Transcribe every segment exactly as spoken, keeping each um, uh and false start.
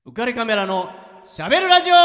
浮かれカメラのしゃべるラジオ。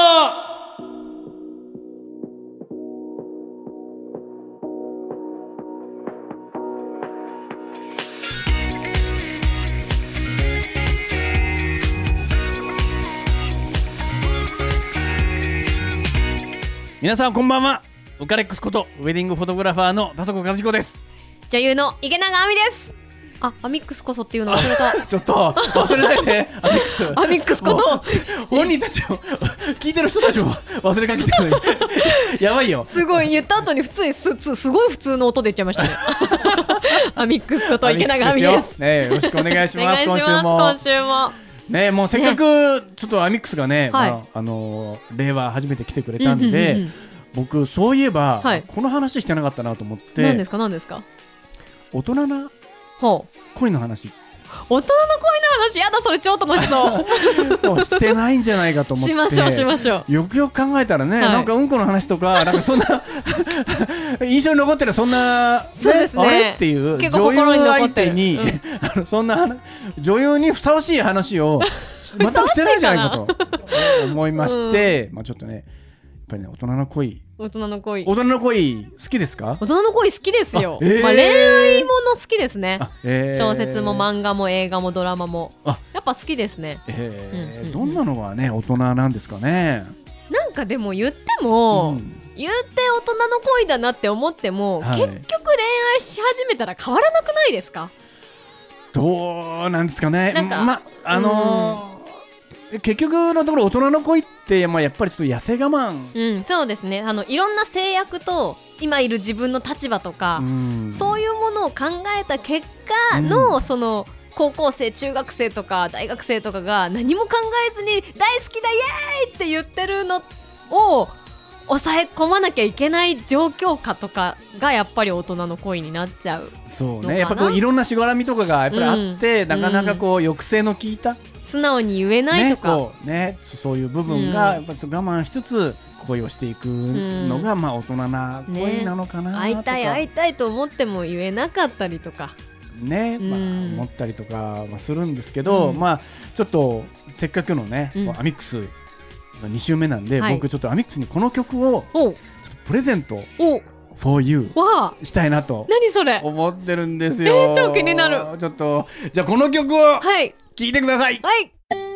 皆さんこんばんは。ウカレックスことウェディングフォトグラファーの田底和彦です。 女優の池永亜美です。あ、アミックスこそっていうの忘れたちょっと忘れないでアミックスアミックスこと本人たちも聞いてる人たちも忘れかけてるのにやばいよ。 すごい言った後に普通に す, すごい普通の音で言っちゃいましたねアミックスこと池永亜美です。 ね、よろしくお願いします。 お願いします。今週も今週もね、もうせっかくちょっとアミックスがね、 はい、 まああのー、令和初めて来てくれたんで、うんうんうん、僕そういえば、はい、この話してなかったなと思って。 何ですか何ですか。 大人な恋の話。 大人の恋の話、やだ、それ超楽しそうもうしてないんじゃないかと思って。 しましょうしましょう。 よくよく考えたらね、はい、なんかうんこの話とかなんかそんな印象に残ってるそんな、ね、 そうですね、 あれっていう結構心に残ってる女優相手に、うん、あのそんな女優にふさわしい話を全くしてないんじゃないかと思いまして、うん、まあちょっとね、やっぱりね、大人の恋大人の恋大人の恋好きですか。 大人の恋好きですよ、えーまあ、恋愛もの好きですね、えー、小説も漫画も映画もドラマもやっぱ好きですね、 えーうんうんうん、どんなのがね大人なんですかね。 なんかでも言っても、うん、言って大人の恋だなって思っても、はい、結局恋愛し始めたら変わらなくないですか。 どうなんですかね。 なんか、 ま、あのーうん結局のところ大人の恋って、まあ、やっぱりちょっと痩せ我慢、 うん、そうですね。あのいろんな制約と今いる自分の立場とか、うん、そういうものを考えた結果の、うん、その高校生中学生とか大学生とかが何も考えずに大好きだイエーイって言ってるのを抑え込まなきゃいけない状況下とかがやっぱり大人の恋になっちゃう。 そうね、やっぱこういろんなしがらみとかがやっぱりあって、うん、なかなかこう抑制の効いた素直に言えないとか、 ねこうね、そういう部分がやっぱり我慢しつつ恋をしていくのが、うんまあ、大人な恋なのかなとか、 ね、会いたい会いたいと思っても言えなかったりとかね、まあ、思ったりとかはするんですけど、うんまあ、ちょっとせっかくのね、うん、アミックスに週目なんで、はい、僕ちょっとアミックスにこの曲をちょっとプレゼント for you したいなと思ってるんですよ。 えー、超気になる。 ちょっとじゃあこの曲を聴いてください。 はい、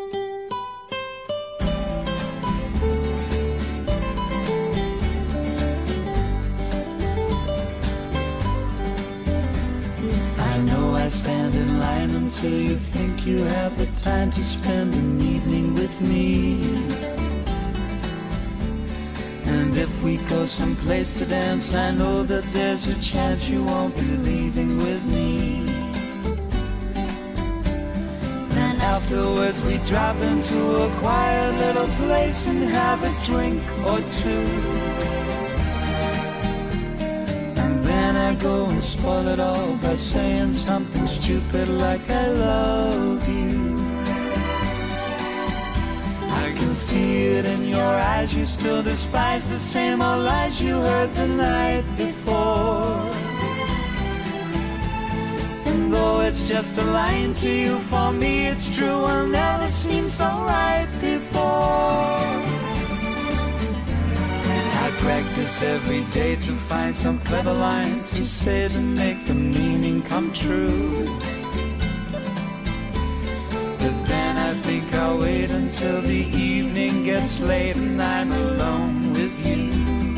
Stand in line until you think you have the time to spend an evening with me. And if we go someplace to dance, I know that there's a chance you won't be leaving with me. And afterwards we drop into a quiet little place and have a drink or two. I go and spoil it all by saying something stupid like I love you. I can see it in your eyes, you still despise the same old lies you heard the night before. And though it's just a line to you, for me it's true, I'll never seem so right before. I practice every day to find some clever lines to say to make the meaning come true. But then I think I'll wait until the evening gets late and I'm alone with you.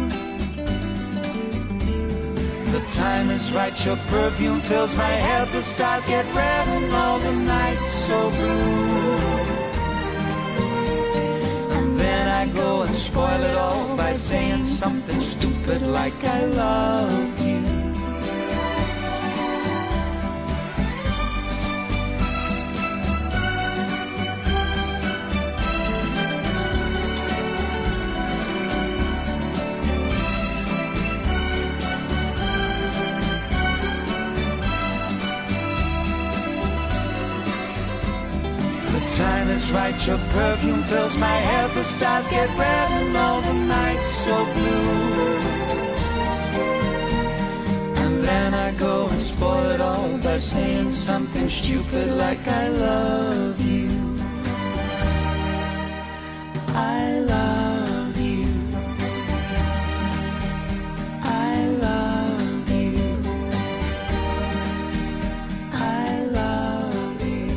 The time is right, your perfume fills my head, the stars get red and all the nights so blue. I go and spoil it all by saying something stupid like I love you. Time is right, your perfume fills my head, the stars get red and all the nights so blue. And then I go and spoil it all by saying something stupid like I love you. I love you I love you I love you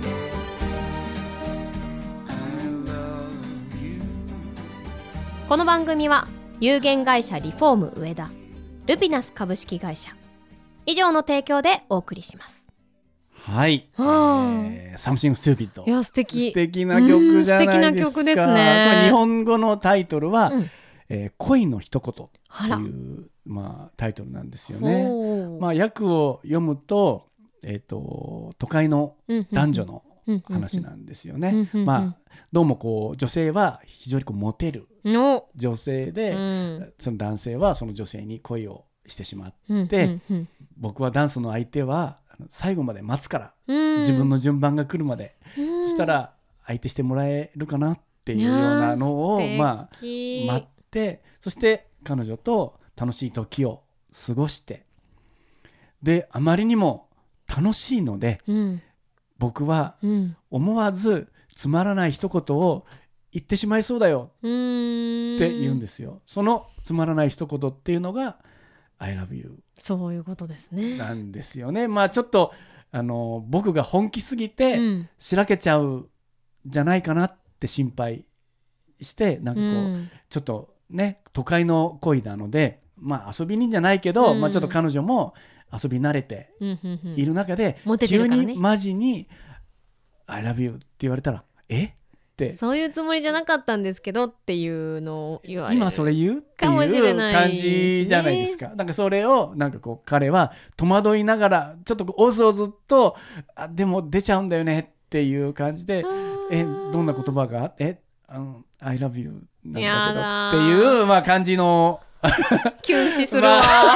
I love you この番組は有限会社リフォーム上田ルピナス株式会社以上の提供でお送りします。 はい、えー、Something Stupid。 いや素敵。 素敵な曲じゃないですか。素敵な曲ですね。これ日本語のタイトルは、うんえー、恋の一言っていう、まあ、タイトルなんですよね。まあ、訳を読むと、えーと、都会の男女の話なんですよね。まあ、どうもこう女性は非常にこうモテる女性で、うん、その男性はその女性に恋をしてしまって、うんうんうん、僕はダンスの相手は最後まで待つから、うん、自分の順番が来るまで、うん、そしたら相手してもらえるかなっていうようなのを、まあ、待ってそして彼女と楽しい時を過ごしてであまりにも楽しいので、うん、僕は思わずつまらない一言を言ってしまいそうだよって言うんですよ。そのつまらない一言っていうのがI love you そういうことですねなんですよね。まあちょっとあの僕が本気すぎてしらけちゃうじゃないかなって心配してなんかこう、うん、ちょっとね都会の恋なのでまあ遊び人じゃないけど、うんまあ、ちょっと彼女も遊び慣れている中で、うんうんうん、急にマジに I love you って言われたらえそういうつもりじゃなかったんですけどっていうのを言われる今それ言うっていう感じじゃないですか。なんかそれをなんかこう彼は戸惑いながらちょっとおずおずっとあでも出ちゃうんだよねっていう感じでえどんな言葉がえ、うん、I love you なんだけどっていうまあ感じのキュン死するわ、まあ、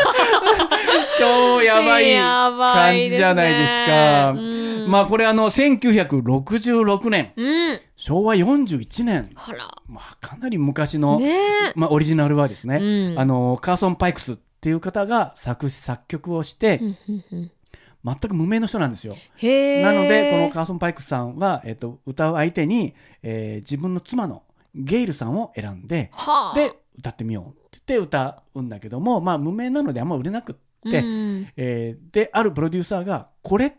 超やばい感じじゃないですか。まあこれあのせんきゅうひゃくろくじゅうろくねん、うん、しょうわよんじゅういちねんあら、 まあ、かなり昔の、ねまあ、オリジナルはですね、うん、あのカーソン・パイクスっていう方が作詞作曲をして、うんうんうん、全く無名の人なんですよ。 へなのでこのカーソン・パイクスさんは、えっと、歌う相手に、えー、自分の妻のゲイルさんを選んで、はあ、で歌ってみようって言って歌うんだけども、まあ、無名なのであんま売れなくって、うんえー、であるプロデューサーがこれって、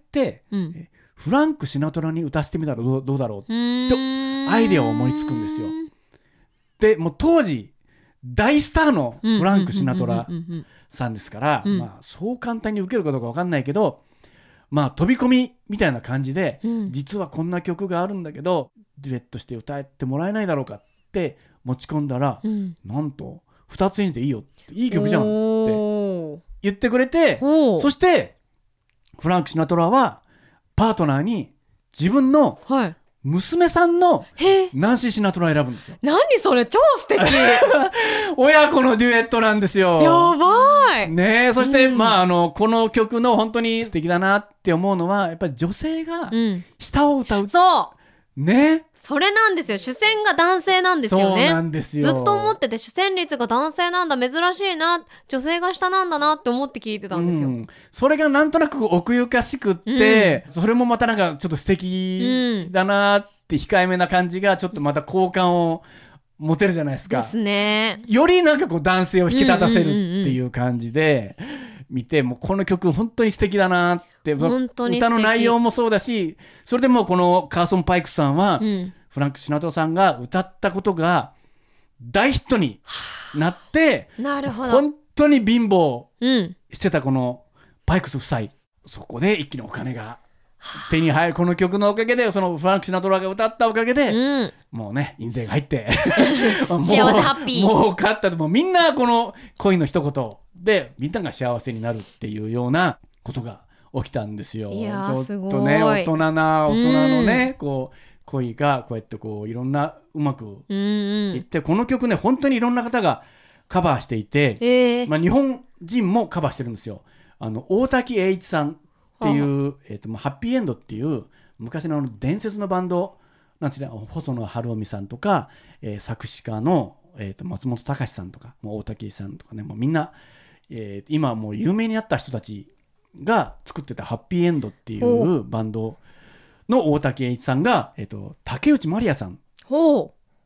うんえーフランク・シナトラに歌ってみたらどう、どうだろうってアイデアを思いつくんですよ。でもう当時大スターのフランク・シナトラさんですから、まあ、そう簡単に受けるかどうか分かんないけど、まあ、飛び込みみたいな感じで、うん、実はこんな曲があるんだけどデュエットして歌ってもらえないだろうかって持ち込んだら、うん、なんとふたつ演じていいよっていい曲じゃんって言ってくれてそしてフランク・シナトラはパートナーに自分の娘さんのナンシー・シナトラを選ぶんですよ。 何それ超素敵親子のデュエットなんですよ。 やばいねえ。そして、うん、まああのこの曲の本当に素敵だなって思うのはやっぱり女性が下を歌う、うん、 そうねそれなんですよ。主戦が男性なんですよね。 そうなんですよ。 ずっと思ってて主旋律が男性なんだ珍しいな女性が下なんだなって思って聞いてたんですよ、うん、 それがなんとなく奥ゆかしくって、うん、それもまたなんかちょっと素敵だなって控えめな感じがちょっとまた好感を持てるじゃないですか。 ですね。 よりなんかこう男性を引き立たせるっていう感じで見てもうこの曲本当に素敵だなって本当に歌の内容もそうだしそれでもこのカーソン・パイクスさんは、うん、フランク・シナトラさんが歌ったことが大ヒットになってなるほど本当に貧乏してたこのパイクス夫妻、うん、そこで一気にお金が手に入るこの曲のおかげでそのフランク・シナトラが歌ったおかげで、うん、もうね印税が入って幸せハッピーもう勝ったともうみんなこの恋の一言でみんなが幸せになるっていうようなことが起きたんですよ。 いやちょっとね大人な大人のね、うん、こう恋がこうやってこういろんなうまくいって、うんうん、この曲ね本当にいろんな方がカバーしていて、えーまあ、日本人もカバーしてるんですよ。あの大滝栄一さんっていう、はあえーとまあ、ハッピーエンドっていう昔のあの伝説のバンドなんですね。細野晴臣さんとか、えー、作詞家の、えーと松本隆さんとかもう大滝さんとかねもうみんな、えー、今はもう有名になった人たちが作ってたハッピーエンドっていうバンドの大滝栄一さんが、えーと竹内まりやさん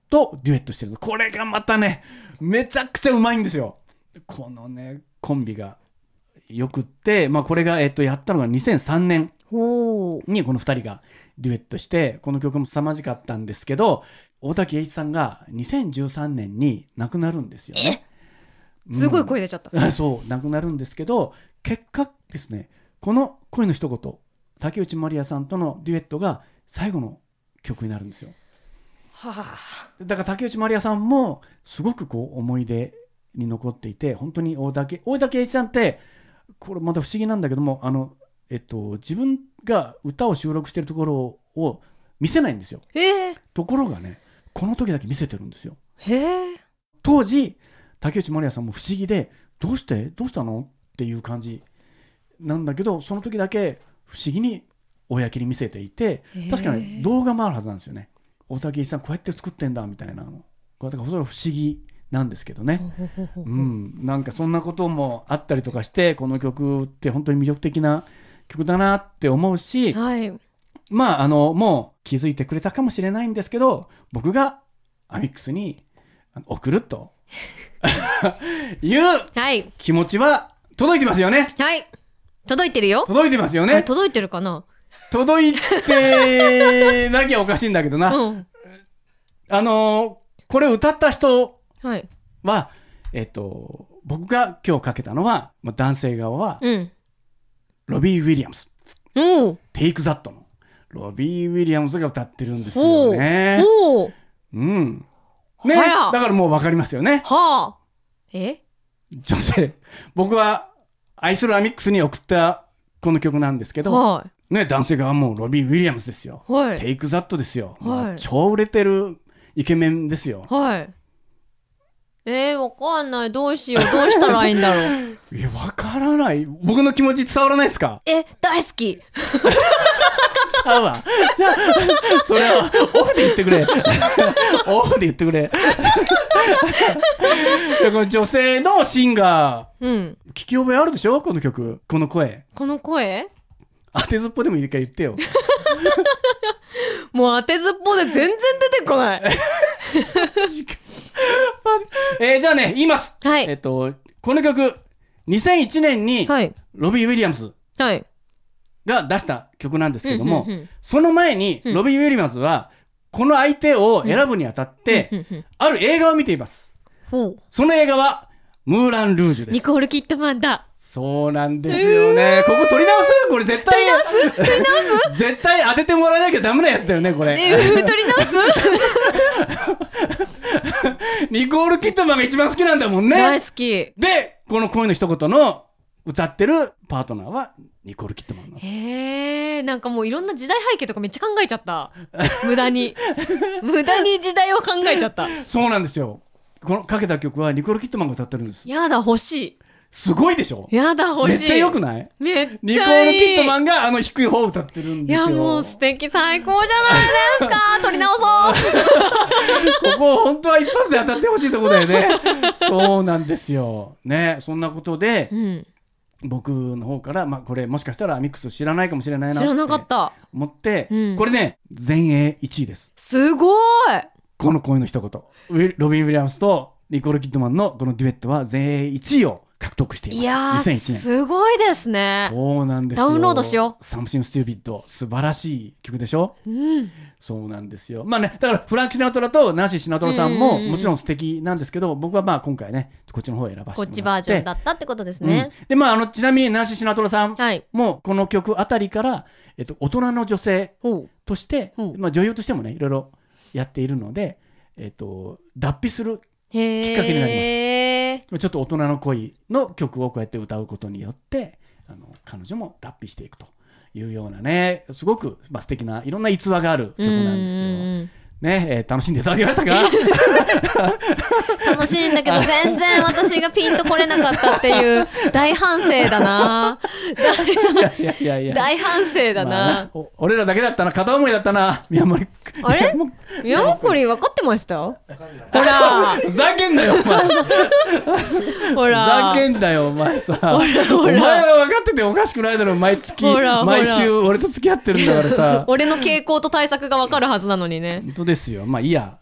とデュエットしてる。これがまたねめちゃくちゃうまいんですよ。このねコンビがよくって、まあ、これが、えっと、やったのがにせんさんねんにこのふたりがデュエットして、この曲も凄まじかったんですけど、大滝栄一さんがにせんじゅうさんねんに亡くなるんですよね。 すごい声出ちゃった、 うん、そう亡くなるんですけど、結果ですね、この恋の一言、竹内まりやさんとのデュエットが最後の曲になるんですよ。はあ、だから竹内まりやさんもすごくこう思い出に残っていて、本当に大竹大竹栄一さんってこれまた不思議なんだけども、あの、えっと、自分が歌を収録しているところを見せないんですよ。 へー。 ところがね、この時だけ見せてるんですよ。 へー。 当時竹内まりやさんも不思議で、どうしてどうしたのっていう感じなんだけど、その時だけ不思議に公に見せていて、確かに動画もあるはずなんですよね。大竹栄一さんこうやって作ってんだみたいなの。だからそれは不思議なんですけどね、うん、なんかそんなこともあったりとかして、この曲って本当に魅力的な曲だなって思うし、はい、まああのもう気づいてくれたかもしれないんですけど、僕がアミックスに送るという気持ちは届いてますよね。 はい、届いてるよ。 届いてますよね。 届いてるかな。 届いてなきゃおかしいんだけどな、うん、あのこれ歌った人は、はいえっと、僕が今日かけたのは男性側は、うん、ロビー・ウィリアムス、うん、テイク・ザットのロビー・ウィリアムズが歌ってるんですよね。うん、ね、だからもう分かりますよね。はあ、え女性、僕は愛するアミックスに送ったこの曲なんですけど、はいね、男性側はもうロビー・ウィリアムズですよ、はい、テイク・ザットですよ、はい、超売れてるイケメンですよ。はい。 えー、わかんない。どうしよう。どうしたらいいんだろう。 え、わからない。僕の気持ち伝わらないですか？ え、大好き。ちゃうわ。じゃあ、それはオフで言ってくれ。オフで言ってくれ。この女性のシンガー、うん、聞き覚えあるでしょ？この曲、この声。 この声？ 当てずっぽでもいいから言ってよ。 もう当てずっぽで全然出てこない。 えー、じゃあね言います、はい、えー、とこの曲にせんいちねんにロビー・ウィリアムズが出した曲なんですけども、はい、その前にロビー・ウィリアムズはこの相手を選ぶにあたってある映画を見ています、うん、その映画はムーラン・ルージュです。 ニコール・キッドマンだ。 そうなんですよね。ここ取り直す？これ絶対取り直す？取り直す？絶対当ててもらわなきゃダメなやつだよねこれ。 ね、取り直す？ ニコール・キッドマンが一番好きなんだもんね。 大好き。 でこの恋の一言の歌ってるパートナーはニコール・キッドマンなんです。 へー、なんかもういろんな時代背景とかめっちゃ考えちゃった。無駄に無駄に時代を考えちゃった。 そうなんですよ。このかけた曲はニコール・キッドマンが歌ってるんです。 やだ、欲しい。 すごいでしょ。 やだ、欲しい。 めっちゃ良くない？ めっちゃいい。 ニコール・キッドマンがあの低い方を歌ってるんですよ。 いやもう素敵、最高じゃないですか。取り直そう。 ここ本当は一発で当たってほしいところだよね。そうなんですよね。そんなことで、うん、僕の方から、まあ、これもしかしたらアミックス知らないかもしれないなって知らなかった思って、うん、これね全英いちいです。 すごい。 この声の一言、ロビン・ウィリアムスとニコール・キッドマンのこのデュエットは全英いちいを獲得しています。 いやー、にせんいちねん。すごいですね。 そうなんですよ。 ダウンロードしよう。 サムシング・ステュービッド、素晴らしい曲でしょ、うん、そうなんですよ。まあね、だからフランク・シナトラとナンシー・シナトラさんももちろん素敵なんですけど、僕はまあ今回ねこっちの方を選ばせてもらって、 こっちバージョンだったってことですね、 うん、でまあ、あのちなみにナンシー・シナトラさんもこの曲あたりから、えっと、大人の女性として、まあ、女優としてもねいろいろやっているので、えっと、脱皮するきっかけになります。ちょっと大人の恋の曲をこうやって歌うことによってあの彼女も脱皮していくというようなね、すごく、まあ、素敵ないろんな逸話がある曲なんですよ。ねえー、楽しんでいただけましたか？ 楽しいんだけど全然私がピンとこれなかったっていう大反省だな。大, いやいやいや大反省だな、まあ、な。 俺らだけだったな、片思いだったな。宮森あれ山こり分かってました？ほらふざけんなよお前ほらふざけんなよお前さお前は分かってておかしくないだろ毎月ほらほら毎週俺と付き合ってるんだからさ俺の傾向と対策が分かるはずなのにね。 本当ですよ。まあいいや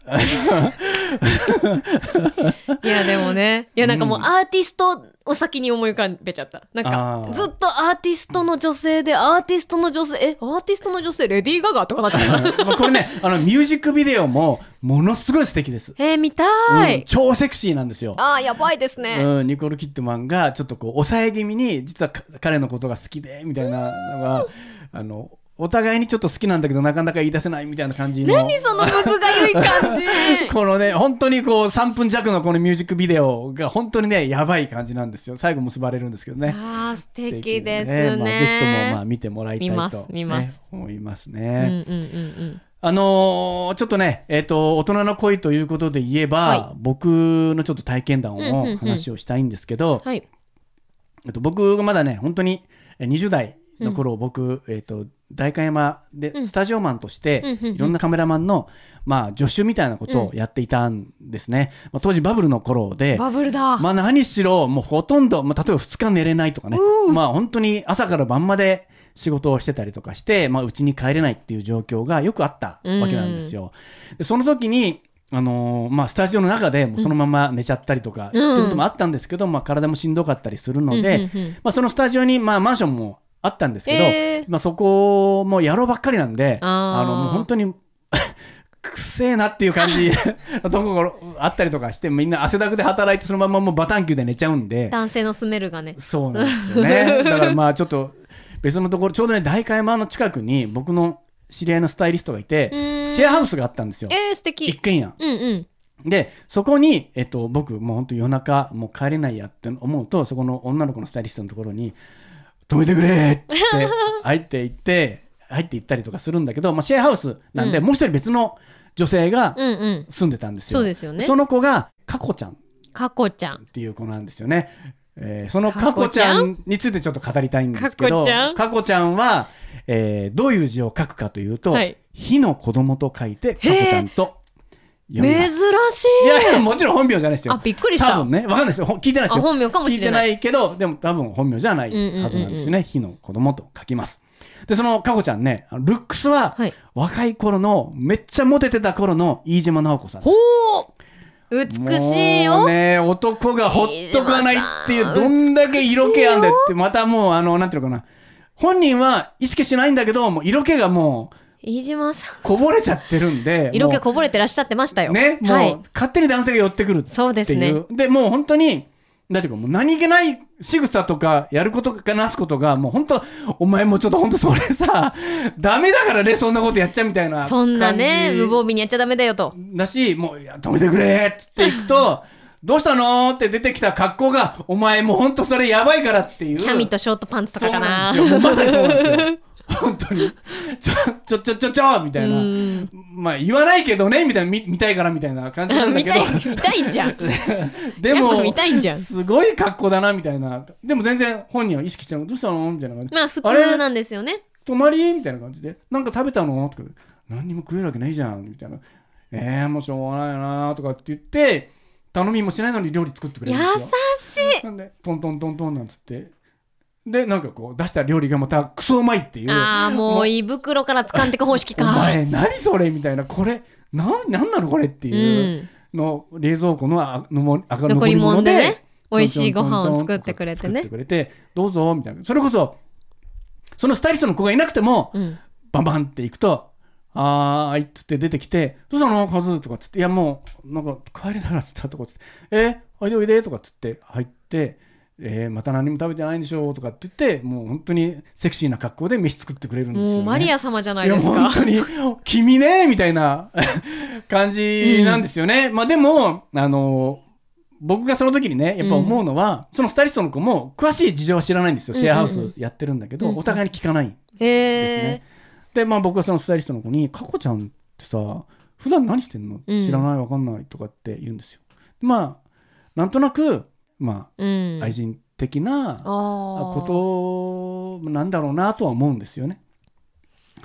いやでもね、いやなんかもうアーティストを先に思い浮かべちゃった。なんかずっとアーティストの女性でアーティストの女性えアーティストの女性レディー・ガガとかなっちゃったまあこれねあのミュージックビデオもものすごい素敵です。 えー、見たい、 うん、超セクシーなんですよ。 あーやばいですね、 うん、ニコール・キッドマンがちょっとこう抑え気味に実は彼のことが好きでみたいなのがあのお互いにちょっと好きなんだけどなかなか言い出せないみたいな感じの何そのむずがゆい感じこのね本当にこうさんぷん弱のこのミュージックビデオが本当にねやばい感じなんですよ。最後結ばれるんですけどね。 あー素敵ですね。 ね、まあ、ぜひともまあ見てもらいたいと、ね、 見ます見ます思いますね。 うんうんうんうんあのー、ちょっとね、えーと、大人の恋ということで言えば、はい、僕のちょっと体験談を話をしたいんですけど、はい、えっと、僕がまだね本当ににじゅう代の頃、うん、僕、えーと、代官山でスタジオマンとして、うん、いろんなカメラマンの、まあ、助手みたいなことをやっていたんですね、うんまあ、当時バブルの頃でバブルだ、 まあ、何しろもうほとんど、まあ、例えばふつか寝れないとかね、まあ、本当に朝から晩まで仕事をしてたりとかして、まあ、家に帰れないっていう状況がよくあったわけなんですよ、うん、でその時にあのーまあ、スタジオの中でもうそのまま寝ちゃったりとか、うん、っていうこともあったんですけど、まあ、体もしんどかったりするので、うんうんうんまあ、そのスタジオに、まあ、マンションもあったんですけど、えーまあ、そこも野郎ばっかりなんであのもう本当にくせえなっていう感じのところあったりとかしてみんな汗だくで働いてそのままもうバタンキューで寝ちゃうんで男性のスメルがねそうなんですよねだからまあちょっと別のところちょうどね代官山の近くに僕の知り合いのスタイリストがいてシェアハウスがあったんですよ。 えー、素敵一軒家、うんうんでそこに、えっと、僕もう本当夜中もう帰れないやって思うとそこの女の子のスタイリストのところに止めてくれって言って入っていって入っていったりとかするんだけど、まあ、シェアハウスなんで、うん、もう一人別の女性が住んでたんですよ、 うんうん、そうですよね。 その子がかこちゃんかこちゃんっていう子なんですよね、えー、そのかこちゃんについてちょっと語りたいんですけどかこちゃんは、えー、どういう字を書くかというと、はい、火の子供と書いてかこちゃんと珍しい。 いやいやもちろん本名じゃないですよ。 あびっくりした。 多分ね分かんないですよ聞いてないですよ。 本名かもしれない。 聞いてないけどでも多分本名じゃないはずなんですよね。火の子供と書きます。でそのかこちゃんねルックスは、はい、若い頃のめっちゃモテてた頃の飯島直子さんです。 ほー美しいよ。 もうね男がほっとかないっていうどんだけ色気あんでってまたもうあのなんていうのかな本人は意識しないんだけどもう色気がもう飯島さんこぼれちゃってるんで色気こぼれてらっしゃってましたよね。もう、はい、勝手に男性が寄ってくるっていう。 そうですね。 でもう本当になんていうかもう何気ない仕草とかやることかなすことがもう本当お前もちょっと本当それさダメだからねそんなことやっちゃうみたいな感じ。 そんなね無防備にやっちゃダメだよとだしもういや止めてくれっつっていくとどうしたのって出てきた格好がお前もう本当それやばいからっていうキャミとショートパンツとかかな。 そうなんですよ。もうまさにそうなんですよ本当にちょちょちょちょちょみたいなまあ言わないけどねみたいな 見, 見たいからみたいな感じなんだけど見たい見たいんじゃんでも見たいんじゃんすごい格好だなみたいな。でも全然本人は意識してるのどうしたのみたいな感じ。 まあ普通なんですよね。 泊まりみたいな感じでなんか食べたのとか何にも食えるわけないじゃんみたいなえーもうしょうがないなとかって言って頼みもしないのに料理作ってくれるんですよ。 優しい。 なんでトントントントンなんつってでなんかこう出した料理がまたクソうまいっていう。 ああもう胃袋から掴んでく方式か。 お前何それみたいなこれな何なのこれっていうの、うん、冷蔵庫のあの残り物で、ね、 美味しいご飯を作ってくれてね。 作ってくれてどうぞみたいな。それこそそのスタイリストの子がいなくても、うん、バンバンっていくとあーいっつって出てきてどうしたのカズとかっつっていやもうなんか帰れたらっつったとかっつってえー、おいでおいでとかっつって入ってえー、また何も食べてないんでしょうとかって言ってもう本当にセクシーな格好で飯作ってくれるんですよね。 もうマリア様じゃないですか。 いや本当に君ねみたいな感じなんですよね、うん、まあでもあの僕がその時にねやっぱ思うのは、うん、そのスタイリストの子も詳しい事情は知らないんですよ。シェアハウスやってるんだけど、うんうん、お互いに聞かないんですね、 えー、でまあ僕はそのスタイリストの子にかこちゃんってさ普段何してんの知らないわかんないとかって言うんですよ。まあなんとなくまあ、うん、愛人的なことなんだろうなとは思うんですよね。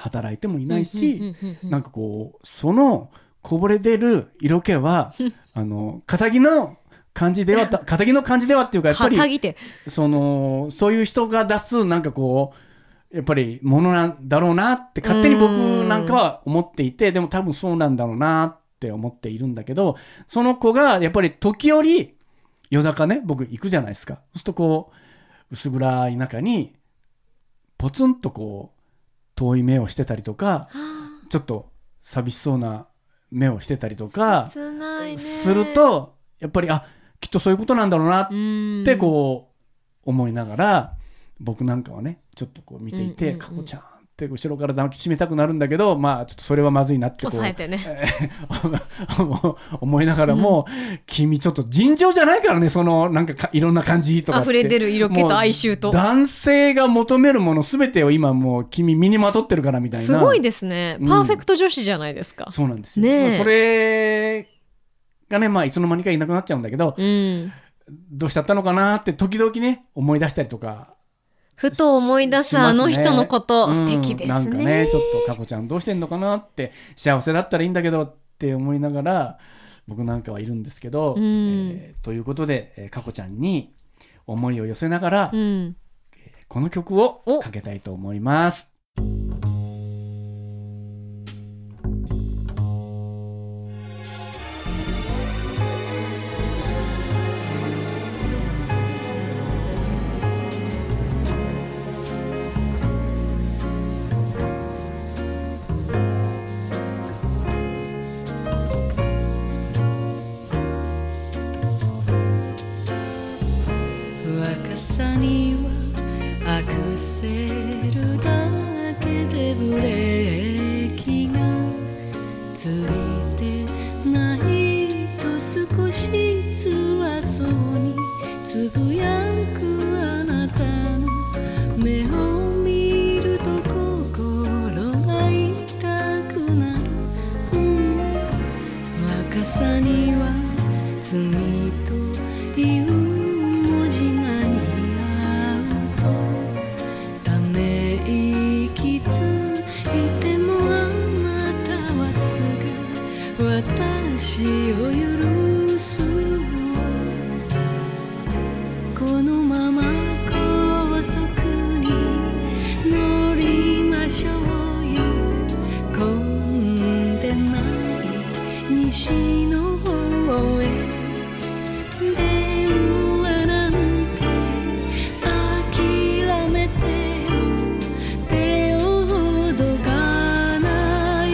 働いてもいないし、なんかこうそのこぼれ出る色気はあの堅気の感じでは堅気の感じではっていうかやっぱりそのそういう人が出すなんかこうやっぱりものなんだろうなって勝手に僕なんかは思っていて、でも多分そうなんだろうなって思っているんだけど、その子がやっぱり時折夜中ね僕行くじゃないですか。そうするとこう薄暗い中にポツンとこう遠い目をしてたりとか、ちょっと寂しそうな目をしてたりとかするとやっぱりあきっとそういうことなんだろうなってこう思いながら僕なんかはねちょっとこう見ていて、かこちゃんって後ろから抱きしめたくなるんだけど、まあちょっとそれはまずいなってこう抑えてね思いながらも、うん、君ちょっと尋常じゃないからね、そのなんかかいろんな感じとかって溢れ出る色気と哀愁と男性が求めるもの全てを今もう君身にまとってるからみたいな。 すごいですね、パーフェクト女子じゃないですか、 うん、そうなんですよ、 ね、 それがね、まあ、いつの間にかいなくなっちゃうんだけど、 うん、 どうしちゃったのかなって時々ね思い出したりとかふと思い出す、ね、あの人のこと、うん、素敵ですね。 なんかねちょっとかこちゃんどうしてんのかなって、幸せだったらいいんだけどって思いながら僕なんかはいるんですけど、うん、えー、ということで、えー、かこちゃんに思いを寄せながら、うん、えー、この曲をかけたいと思います。 アクセルだけでブレーキがついてないと少し辛そうにつぶやくあなたの目を見ると心が痛くなる、うん、若さには罪という文字が似私を許すわ、このまま高速に乗りましょうよ、混んでない西の方へ電話なんて諦めて手をほどかない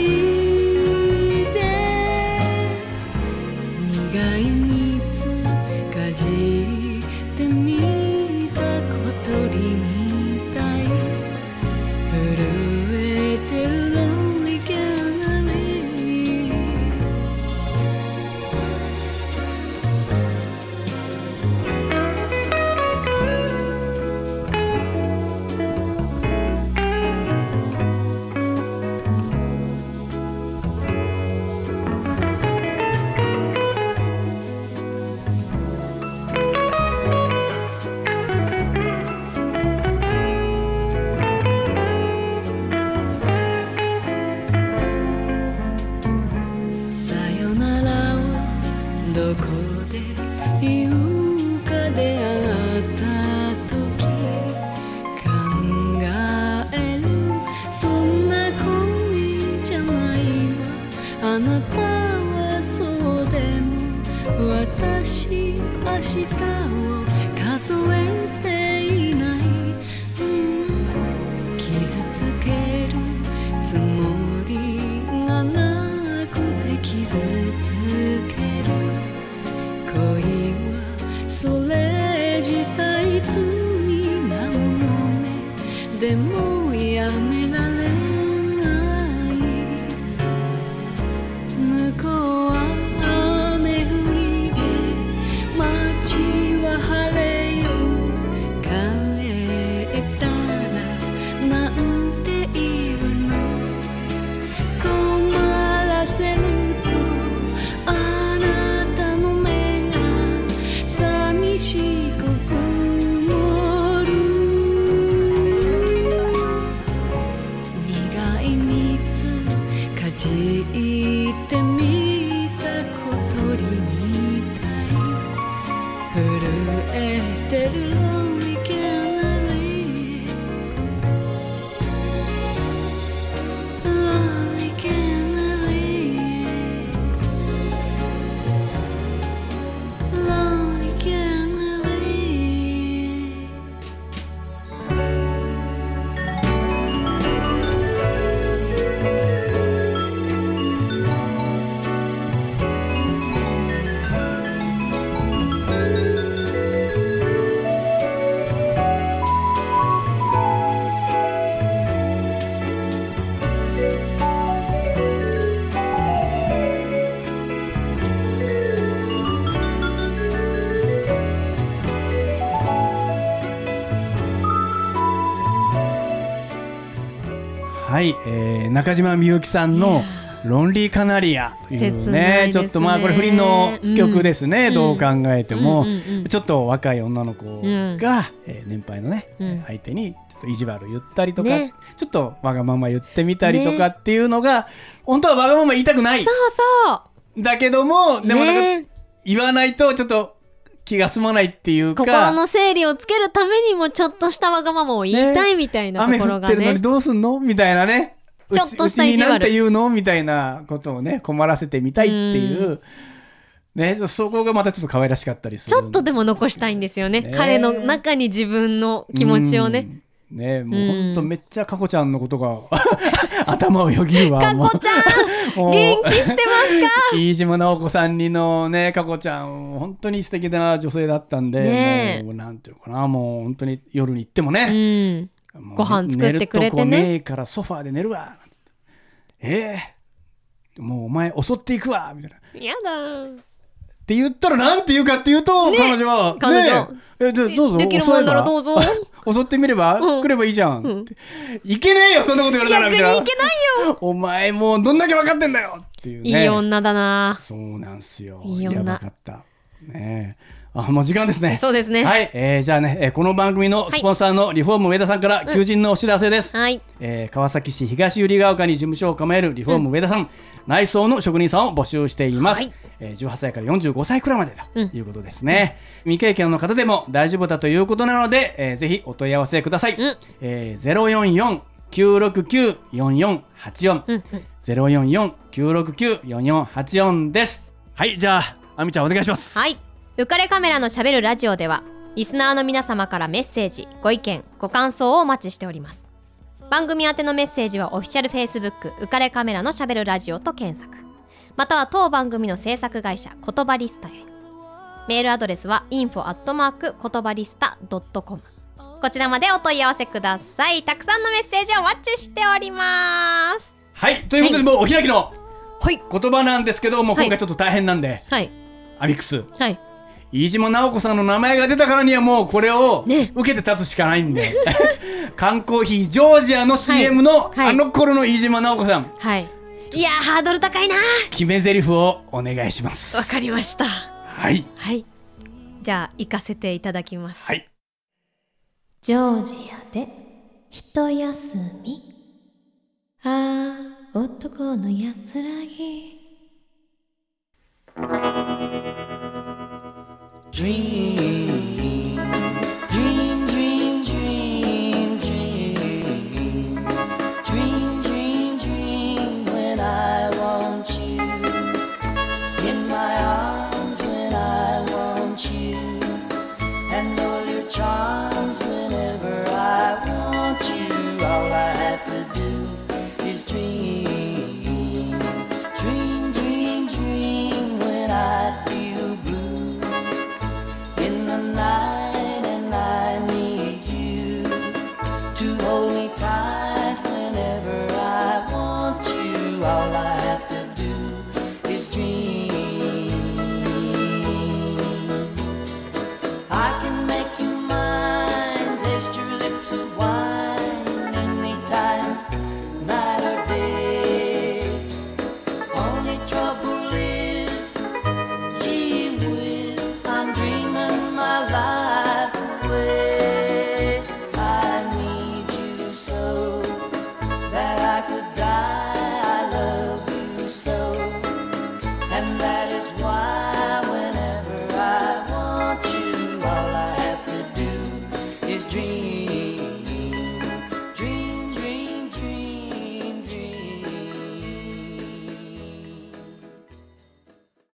苦い蜜かじってみた小鳥みたい震えてるのいけないどこで言うか出会った時考える、そんな恋じゃないわ、あなたはそうでも私明日を数えていない、うん、傷つけるつもりがなくて傷つける、恋はそれ自体罪なものね、でもやめられない向こうは雨降りで街は晴れよ、帰ったらなんて言うの、困らせるとあなたの目が寂しく曇る、 はい、えー、中島みゆきさんのロンリーカナリアというね、ちょっとまあこれ不倫の曲ですね、うん、どう考えても、うんうんうん、ちょっと若い女の子が、うんえー、年配のね、うん、相手にちょっと意地悪言ったりとか、ね、ちょっとわがまま言ってみたりとかっていうのが、ね、本当はわがまま言いたくない、 そうそうだけどもでもなんか言わないとちょっと気が済まないっていうか、 心の整理をつけるためにもちょっとしたわがままを言いたいみたいなところがね、 雨降ってるのにどうすんのみたいなね、 ちょっとした意地悪、うちになんて言うのみたいなことをね困らせてみたいっていう、ね、そこがまたちょっと可愛らしかったりする、 ちょっとでも残したいんですよ ね, ね彼の中に自分の気持ちをね、 ね、もうほんとめっちゃかこちゃんのことが頭をよぎるわ。 かこちゃん元気してますか。 飯島直子さんにのねかこちゃん本当に素敵な女性だったんで、ね、もうなんていうのかな、もう本当に夜に行ってもね、 うん、ご飯作ってくれてね、寝るとこねえからソファーで寝るわ、えー、もうお前襲っていくわみたいな、 やだって言ったらなんて言うかっていうと、ね、彼女は彼女、 ね、えでどうぞできるもんならどうぞ襲ってみれば、うん、来ればいいじゃん、うん、いけねえよそんなこと言われたらみたいな、 逆にいけないよお前もうどんだけ分かってんだよっていうね、 いい女だな、 そうなんすよ、 いい女、 やばかったね。あ、もう時間ですね。 そうですね。 はい、えー、じゃあね、えー、この番組のスポンサーのリフォーム上田さんから求人のお知らせです、 うん、はい、 えー、川崎市東百合ヶ丘に事務所を構えるリフォーム上田さん、うん、内装の職人さんを募集しています、はい、えー、じゅうはっさいからよんじゅうごさいくらいまでということですね、うん、未経験の方でも大丈夫だということなので、えー、ぜひお問い合わせください、うん、えー、ゼロよんよん きゅうろくきゅう よんよんはちよん、うんうん、ゼロよんよん きゅうろくきゅう よんよんはちよんです。はい、じゃああみちゃんお願いします。 はい、浮かれカメラのしゃべるラジオではリスナーの皆様からメッセージ、ご意見、ご感想をお待ちしております。番組宛てのメッセージはオフィシャル Facebook 浮かれカメラのしゃべるラジオと検索、または当番組の制作会社言葉リスタへ。メールアドレスは インフォ アットマーク 言葉リスタ ドットコム、 こちらまでお問い合わせください。たくさんのメッセージをお待ちしております。 はい、ということで、はい、もうお開きのはい、 言葉なんですけども、今回ちょっと大変なんで、はい、アミックス、はい、飯島直子さんの名前が出たからにはもうこれを受けて立つしかないんで、ね、缶コーヒージョージアの シーエム の、はいはい、あの頃の飯島直子さん、はい、 いやーハードル高いな。 決め台詞をお願いします。 わかりました。 はい、 はい、じゃあ行かせていただきます。 はい、 ジョージアで一休み、ああ男のやつらぎ、 Dream, dream, dream, dream, dream, dream, dream, dream when I want you in my arms, when I want you and all your charms whenever I want you. All I have to do is dream, dream, dream, dream when I feel blue in the night, and I need you to hold me tight whenever I want you. All I have to do is dream. I can make you mine, taste your lips of wine anytime, night or day. Only trouble is, gee whiz, I'm dreaming my life away. I need you so that I could die. I love you so, and that is why